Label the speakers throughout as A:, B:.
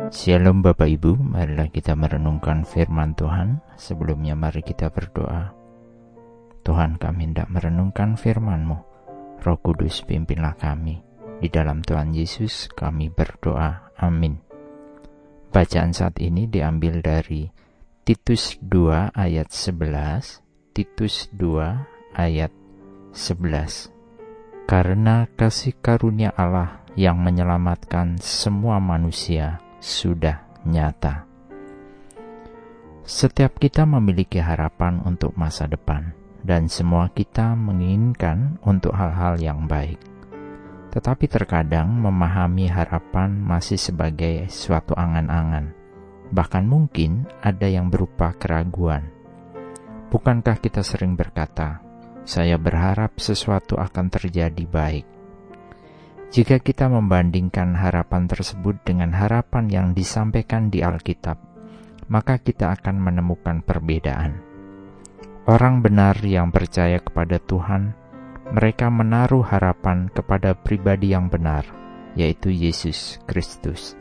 A: Shalom Bapak Ibu, marilah kita merenungkan firman Tuhan. Sebelumnya mari kita berdoa. Tuhan, kami hendak merenungkan firman-Mu. Roh Kudus, pimpinlah kami. Di dalam Tuhan Yesus kami berdoa. Amin. Bacaan saat ini diambil dari Titus 2 ayat 11. Titus 2 ayat 11. Karena kasih karunia Allah yang menyelamatkan semua manusia sudah nyata. Setiap kita memiliki harapan untuk masa depan, dan semua kita menginginkan untuk hal-hal yang baik. Tetapi terkadang memahami harapan masih sebagai suatu angan-angan, bahkan mungkin ada yang berupa keraguan. Bukankah kita sering berkata, "Saya berharap sesuatu akan terjadi baik"? Jika kita membandingkan harapan tersebut dengan harapan yang disampaikan di Alkitab, maka kita akan menemukan perbedaan. Orang benar yang percaya kepada Tuhan, mereka menaruh harapan kepada pribadi yang benar, yaitu Yesus Kristus.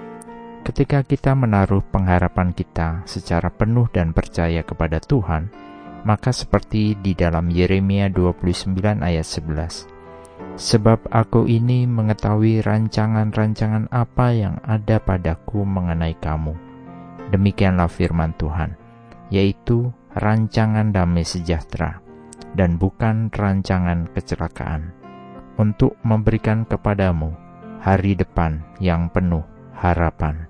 A: Ketika kita menaruh pengharapan kita secara penuh dan percaya kepada Tuhan, maka seperti di dalam Yeremia 29 ayat 11, "Sebab aku ini mengetahui rancangan-rancangan apa yang ada padaku mengenai kamu. Demikianlah firman Tuhan, yaitu rancangan damai sejahtera, dan bukan rancangan kecelakaan, untuk memberikan kepadamu hari depan yang penuh harapan."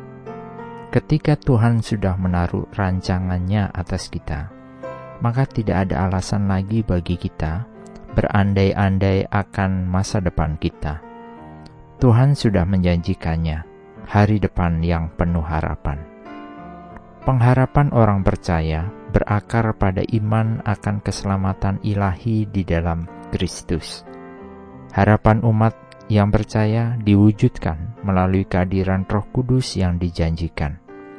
A: Ketika Tuhan sudah menaruh rancangannya atas kita, maka tidak ada alasan lagi bagi kita berandai-andai akan masa depan kita. Tuhan sudah menjanjikannya, hari depan yang penuh harapan. Pengharapan orang percaya berakar pada iman akan keselamatan ilahi di dalam Kristus. Harapan umat yang percaya diwujudkan melalui kehadiran Roh Kudus yang dijanjikan.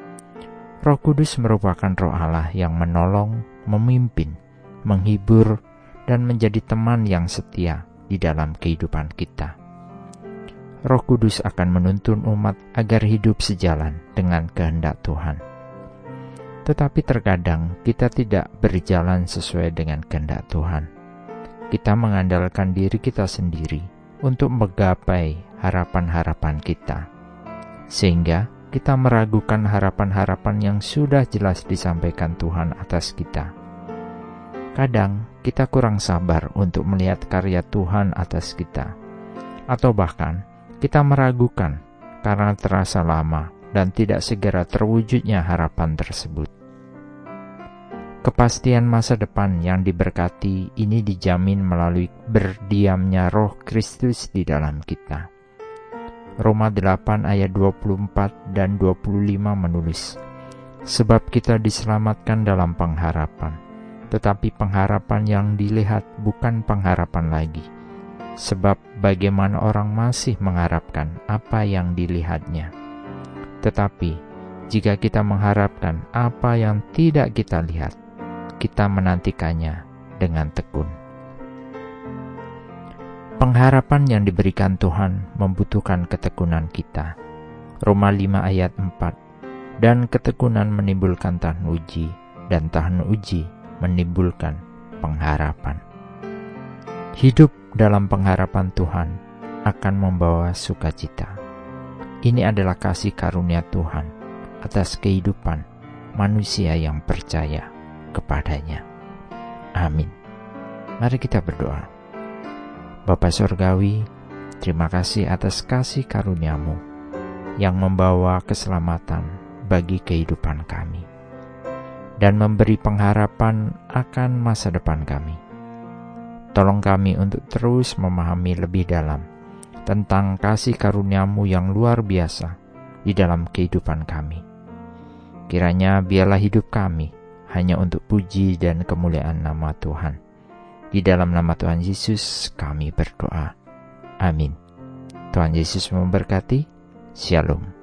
A: Roh Kudus merupakan Roh Allah yang menolong, memimpin, menghibur, dan menjadi teman yang setia di dalam kehidupan kita. Roh Kudus akan menuntun umat agar hidup sejalan dengan kehendak Tuhan. Tetapi terkadang kita tidak berjalan sesuai dengan kehendak Tuhan. Kita mengandalkan diri kita sendiri untuk menggapai harapan-harapan kita, sehingga kita meragukan harapan-harapan yang sudah jelas disampaikan Tuhan atas kita. Kadang kita kurang sabar untuk melihat karya Tuhan atas kita, atau bahkan kita meragukan karena terasa lama dan tidak segera terwujudnya harapan tersebut. Kepastian masa depan yang diberkati ini dijamin melalui berdiamnya Roh Kristus di dalam kita. Roma 8 ayat 24 dan 25 menulis, "Sebab kita diselamatkan dalam pengharapan. Tetapi pengharapan yang dilihat bukan pengharapan lagi, sebab bagaimana orang masih mengharapkan apa yang dilihatnya. Tetapi jika kita mengharapkan apa yang tidak kita lihat, kita menantikannya dengan tekun." Pengharapan yang diberikan Tuhan membutuhkan ketekunan kita. Roma 5 ayat 4, "Dan ketekunan menimbulkan tahan uji, dan tahan uji menimbulkan pengharapan." Hidup dalam pengharapan Tuhan akan membawa sukacita. Ini adalah kasih karunia Tuhan atas kehidupan manusia yang percaya kepadanya. Amin. Mari kita berdoa. Bapa Surgawi, terima kasih atas kasih karunia-Mu yang membawa keselamatan bagi kehidupan kami dan memberi pengharapan akan masa depan kami. Tolong kami untuk terus memahami lebih dalam tentang kasih karunia-Mu yang luar biasa di dalam kehidupan kami. Kiranya biarlah hidup kami hanya untuk puji dan kemuliaan nama Tuhan. Di dalam nama Tuhan Yesus kami berdoa. Amin. Tuhan Yesus memberkati. Shalom.